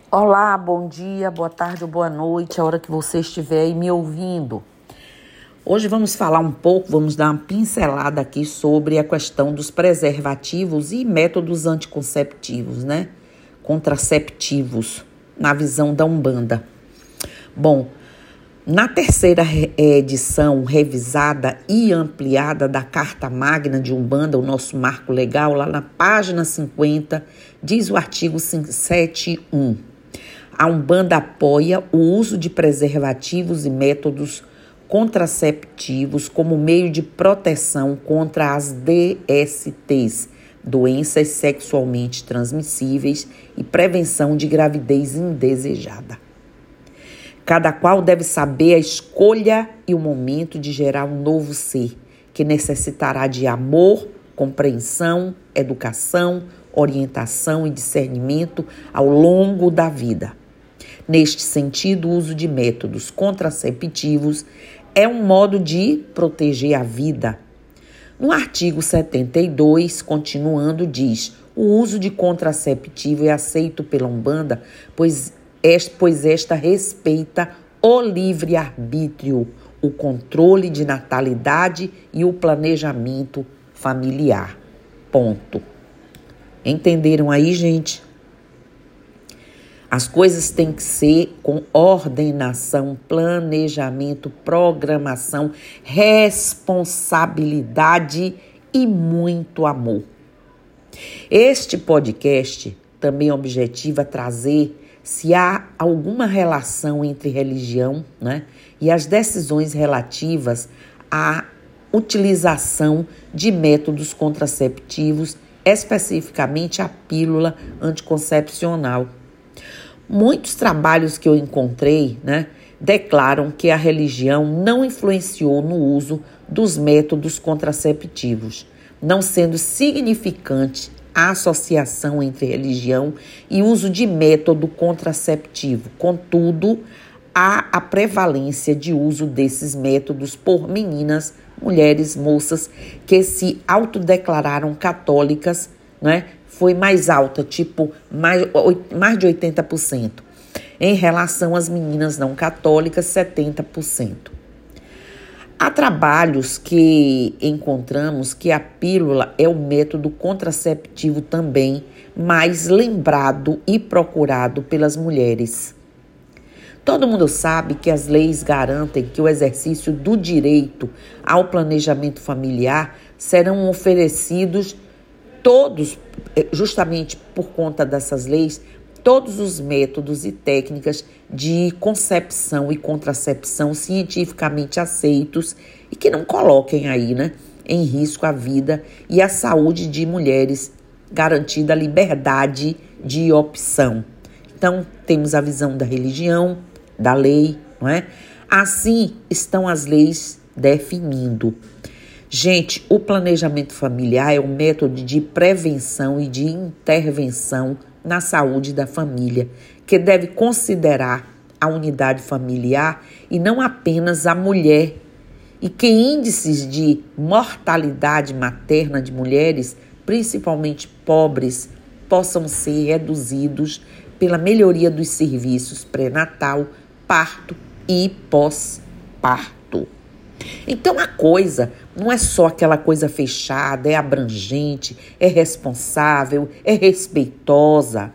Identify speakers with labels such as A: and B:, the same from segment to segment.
A: Olá, bom dia, boa tarde ou boa noite, a hora que você estiver aí me ouvindo. Hoje vamos falar um pouco, vamos dar uma pincelada aqui sobre a questão dos preservativos e métodos anticonceptivos, né? Contraceptivos, na visão da Umbanda. Bom, na terceira edição revisada e ampliada da Carta Magna de Umbanda, o nosso marco legal, lá na página 50, diz o artigo 7.1. A Umbanda apoia o uso de preservativos e métodos contraceptivos como meio de proteção contra as DSTs, doenças sexualmente transmissíveis, e prevenção de gravidez indesejada. Cada qual deve saber a escolha e o momento de gerar um novo ser, que necessitará de amor, compreensão, educação, orientação e discernimento ao longo da vida. Neste sentido, o uso de métodos contraceptivos é um modo de proteger a vida. No artigo 72, continuando, diz: o uso de contraceptivo é aceito pela Umbanda, pois esta respeita o livre-arbítrio, o controle de natalidade e o planejamento familiar. Ponto. Entenderam aí, gente? As coisas têm que ser com ordenação, planejamento, programação, responsabilidade e muito amor. Este podcast também objetiva trazer se há alguma relação entre religião, né, e as decisões relativas à utilização de métodos contraceptivos, especificamente a pílula anticoncepcional. Muitos trabalhos que eu encontrei, né, declaram que a religião não influenciou no uso dos métodos contraceptivos, não sendo significante a associação entre religião e uso de método contraceptivo. Contudo, há a prevalência de uso desses métodos por meninas, mulheres, moças que se autodeclararam católicas, né? Foi mais alta, tipo mais de 80%. Em relação às meninas não católicas, 70%. Há trabalhos que encontramos que a pílula é o método contraceptivo também mais lembrado e procurado pelas mulheres. Todo mundo sabe que as leis garantem que o exercício do direito ao planejamento familiar serão oferecidos todos, justamente por conta dessas leis, todos os métodos e técnicas de concepção e contracepção cientificamente aceitos e que não coloquem aí, né, em risco a vida e a saúde de mulheres, garantida a liberdade de opção. Então, temos a visão da religião, da lei, não é? Assim estão as leis definindo. Gente, o planejamento familiar é um método de prevenção e de intervenção na saúde da família, que deve considerar a unidade familiar e não apenas a mulher, e que índices de mortalidade materna de mulheres, principalmente pobres, possam ser reduzidos pela melhoria dos serviços pré-natal, parto e pós-parto. Então a coisa não é só aquela coisa fechada, é abrangente, é responsável, é respeitosa.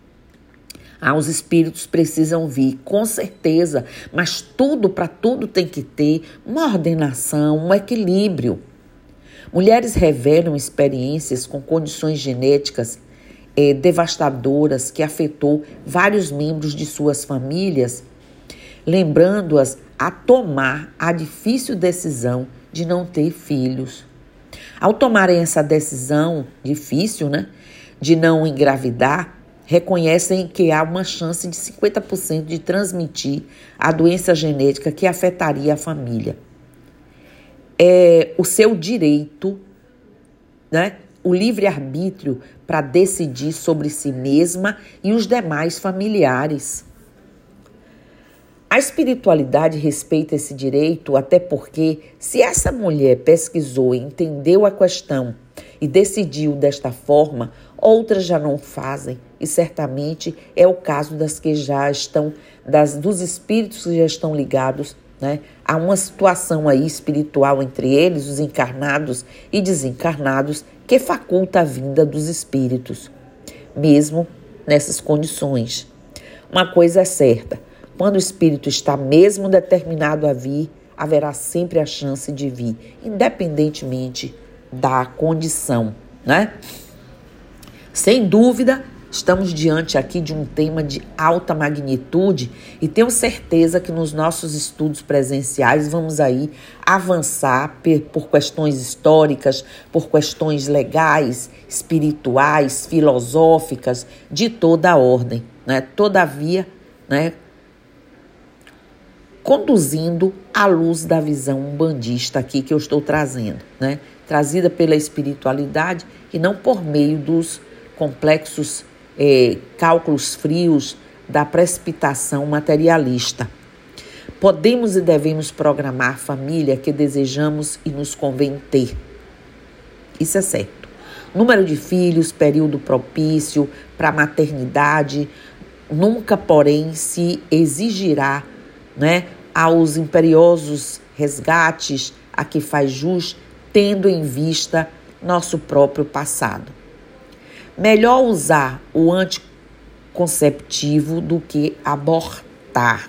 A: Os espíritos precisam vir, com certeza, mas para tudo tem que ter uma ordenação, um equilíbrio. Mulheres revelam experiências com condições genéticas devastadoras que afetou vários membros de suas famílias, lembrando-as a tomar a difícil decisão de não ter filhos. Ao tomarem essa decisão difícil, né, de não engravidar, reconhecem que há uma chance de 50% de transmitir a doença genética que afetaria a família. É o seu direito, né, o livre-arbítrio para decidir sobre si mesma e os demais familiares. A espiritualidade respeita esse direito, até porque, se essa mulher pesquisou e entendeu a questão e decidiu desta forma, outras já não fazem, e certamente é o caso das que já estão, dos espíritos que já estão ligados, né? Há uma situação aí espiritual entre eles, os encarnados e desencarnados, que faculta a vinda dos espíritos, mesmo nessas condições. Uma coisa é certa, quando o espírito está mesmo determinado a vir, haverá sempre a chance de vir, independentemente da condição, né? Sem dúvida, estamos diante aqui de um tema de alta magnitude e tenho certeza que nos nossos estudos presenciais vamos aí avançar por questões históricas, por questões legais, espirituais, filosóficas, de toda a ordem, né? Todavia, né, conduzindo à luz da visão umbandista aqui que eu estou trazendo, né? Trazida pela espiritualidade e não por meio dos complexos cálculos frios da precipitação materialista. Podemos e devemos programar a família que desejamos e nos convém ter. Isso é certo. Número de filhos, período propício para a maternidade, nunca, porém, se exigirá, né, aos imperiosos resgates a que faz jus, tendo em vista nosso próprio passado. Melhor usar o anticonceptivo do que abortar.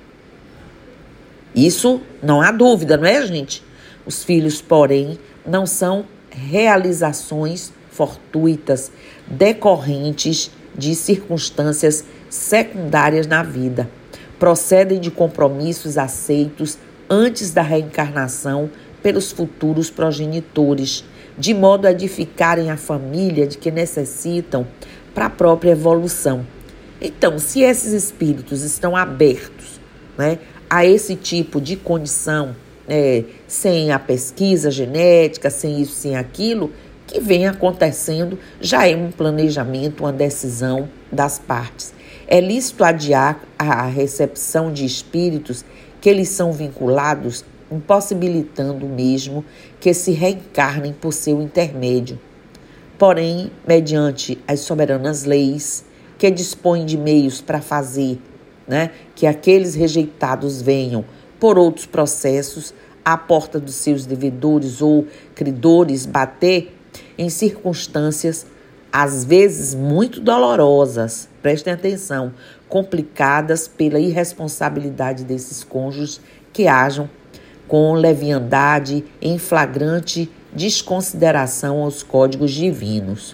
A: Isso não há dúvida, não é, gente? Os filhos, porém, não são realizações fortuitas decorrentes de circunstâncias secundárias na vida. Procedem de compromissos aceitos antes da reencarnação pelos futuros progenitores, de modo a edificarem a família de que necessitam para a própria evolução. Então, se esses espíritos estão abertos, né, a esse tipo de condição, sem a pesquisa genética, sem isso, sem aquilo, que vem acontecendo, já é um planejamento, uma decisão das partes. É lícito adiar a recepção de espíritos que lhes são vinculados, impossibilitando mesmo que se reencarnem por seu intermédio. Porém, mediante as soberanas leis, que dispõem de meios para fazer, né, que aqueles rejeitados venham por outros processos à porta dos seus devedores ou credores bater em circunstâncias às vezes muito dolorosas, prestem atenção, complicadas pela irresponsabilidade desses cônjuges que ajam com leviandade em flagrante desconsideração aos códigos divinos.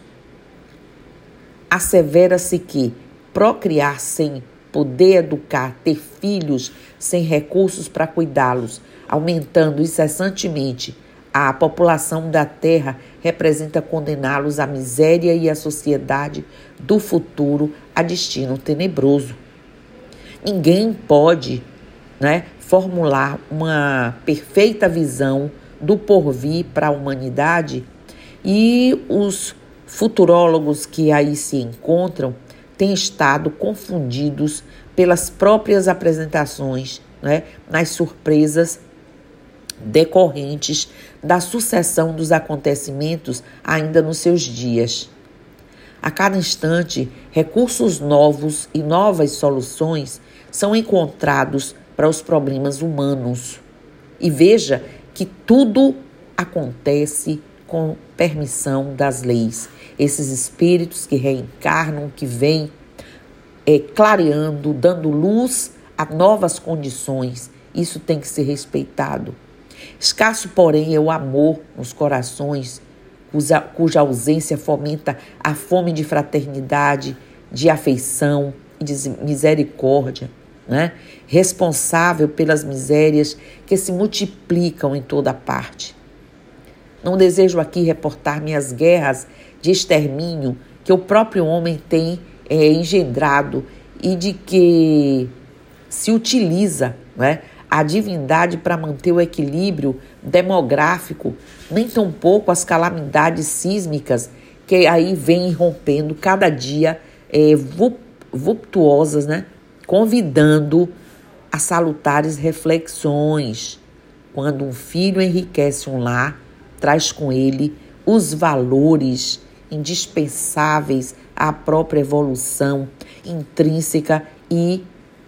A: Assevera-se que procriar sem poder educar, ter filhos sem recursos para cuidá-los, aumentando incessantemente a população da Terra, representa condená-los à miséria e à sociedade do futuro a destino tenebroso. Ninguém pode, né, formular uma perfeita visão do porvir para a humanidade e os futurólogos que aí se encontram têm estado confundidos pelas próprias apresentações, né, nas surpresas decorrentes da sucessão dos acontecimentos ainda nos seus dias. A cada instante, recursos novos e novas soluções são encontrados para os problemas humanos. E veja que tudo acontece com permissão das leis. Esses espíritos que reencarnam, que vêm clareando, dando luz a novas condições, isso tem que ser respeitado. Escasso, porém, é o amor nos corações, cuja ausência fomenta a fome de fraternidade, de afeição e de misericórdia, né? Responsável pelas misérias que se multiplicam em toda parte. Não desejo aqui reportar minhas guerras de extermínio que o próprio homem tem engendrado e de que se utiliza, né, a divindade para manter o equilíbrio demográfico, nem tampouco as calamidades sísmicas que aí vêm rompendo cada dia vultuosas, né, convidando a salutares reflexões. Quando um filho enriquece um lar, traz com ele os valores indispensáveis à própria evolução intrínseca e,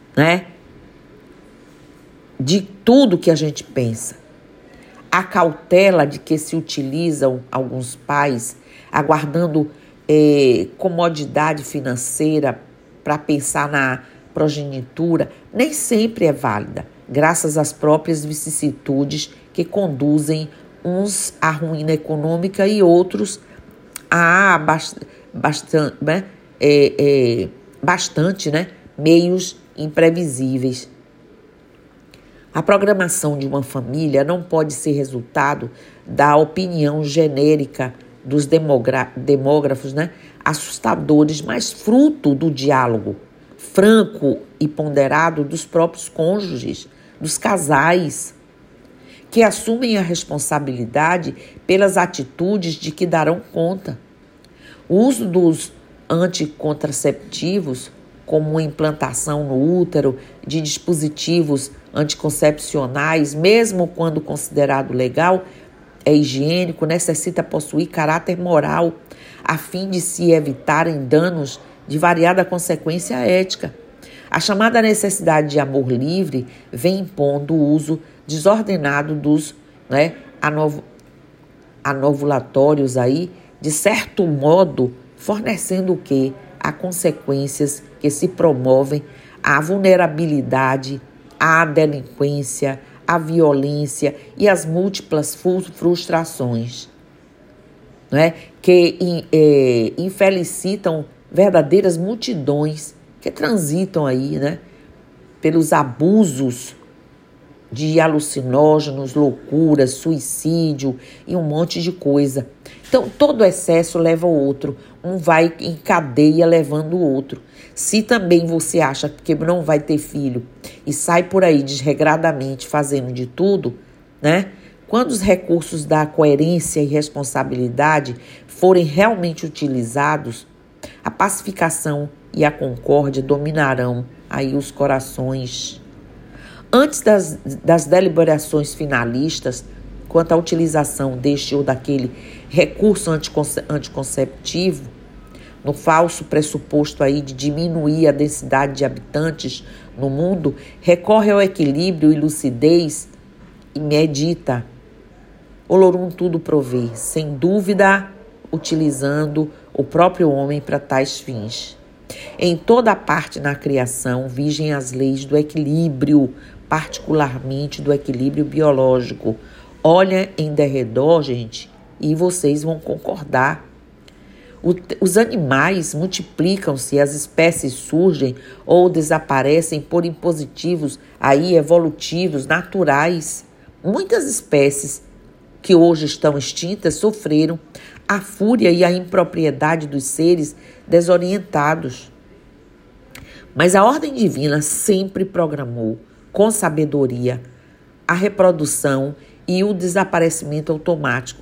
A: de tudo que a gente pensa. A cautela de que se utilizam alguns pais, aguardando comodidade financeira para pensar na progenitura, nem sempre é válida, graças às próprias vicissitudes que conduzem uns à ruína econômica e outros a bastante meios imprevisíveis. A programação de uma família não pode ser resultado da opinião genérica dos demógrafos, assustadores, mas fruto do diálogo franco e ponderado dos próprios cônjuges, dos casais, que assumem a responsabilidade pelas atitudes de que darão conta. O uso dos anticontraceptivos, como implantação no útero de dispositivos anticoncepcionais, mesmo quando considerado legal, é higiênico, necessita possuir caráter moral, a fim de se evitarem danos de variada consequência ética. A chamada necessidade de amor livre vem impondo o uso desordenado dos anovulatórios de certo modo, fornecendo o quê? A consequências que se promovem a vulnerabilidade, a delinquência, a violência e as múltiplas frustrações, que infelicitam verdadeiras multidões que transitam pelos abusos de alucinógenos, loucuras, suicídio e um monte de coisa. Então, todo excesso leva ao outro. Um vai em cadeia levando o outro. Se também você acha que não vai ter filho e sai por aí desregradamente fazendo de tudo, quando os recursos da coerência e responsabilidade forem realmente utilizados, a pacificação e a concórdia dominarão aí os corações. Antes das deliberações finalistas quanto à utilização deste ou daquele recurso anticonceptivo, no falso pressuposto de diminuir a densidade de habitantes no mundo, recorre ao equilíbrio e lucidez e medita. Olorum tudo provê, sem dúvida, utilizando o próprio homem para tais fins. Em toda parte na criação vigem as leis do equilíbrio, particularmente do equilíbrio biológico. Olha em derredor, gente, e vocês vão concordar. Os animais multiplicam-se, as espécies surgem ou desaparecem por impositivos evolutivos, naturais. Muitas espécies que hoje estão extintas sofreram a fúria e a impropriedade dos seres desorientados. Mas a ordem divina sempre programou, com sabedoria, a reprodução e o desaparecimento automático.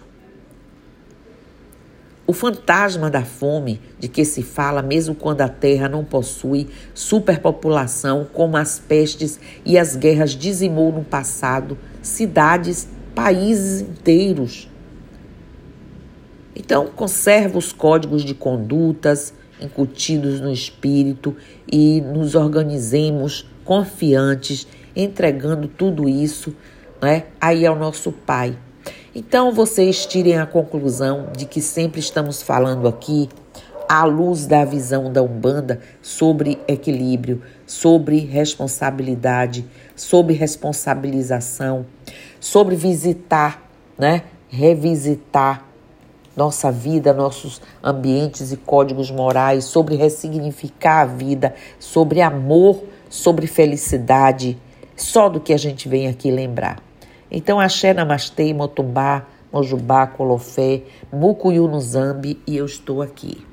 A: O fantasma da fome de que se fala, mesmo quando a Terra não possui superpopulação, como as pestes e as guerras dizimou no passado cidades, países inteiros. Então, conserva os códigos de condutas incutidos no espírito e nos organizemos confiantes, entregando tudo isso ao nosso Pai. Então, vocês tirem a conclusão de que sempre estamos falando aqui, à luz da visão da Umbanda, sobre equilíbrio, sobre responsabilidade, sobre responsabilização, sobre visitar, revisitar nossa vida, nossos ambientes e códigos morais, sobre ressignificar a vida, sobre amor, sobre felicidade, só do que a gente vem aqui lembrar. Então, axé, namastê, motumbá, mojubá, colofé, mucuyu no zambi, e eu estou aqui.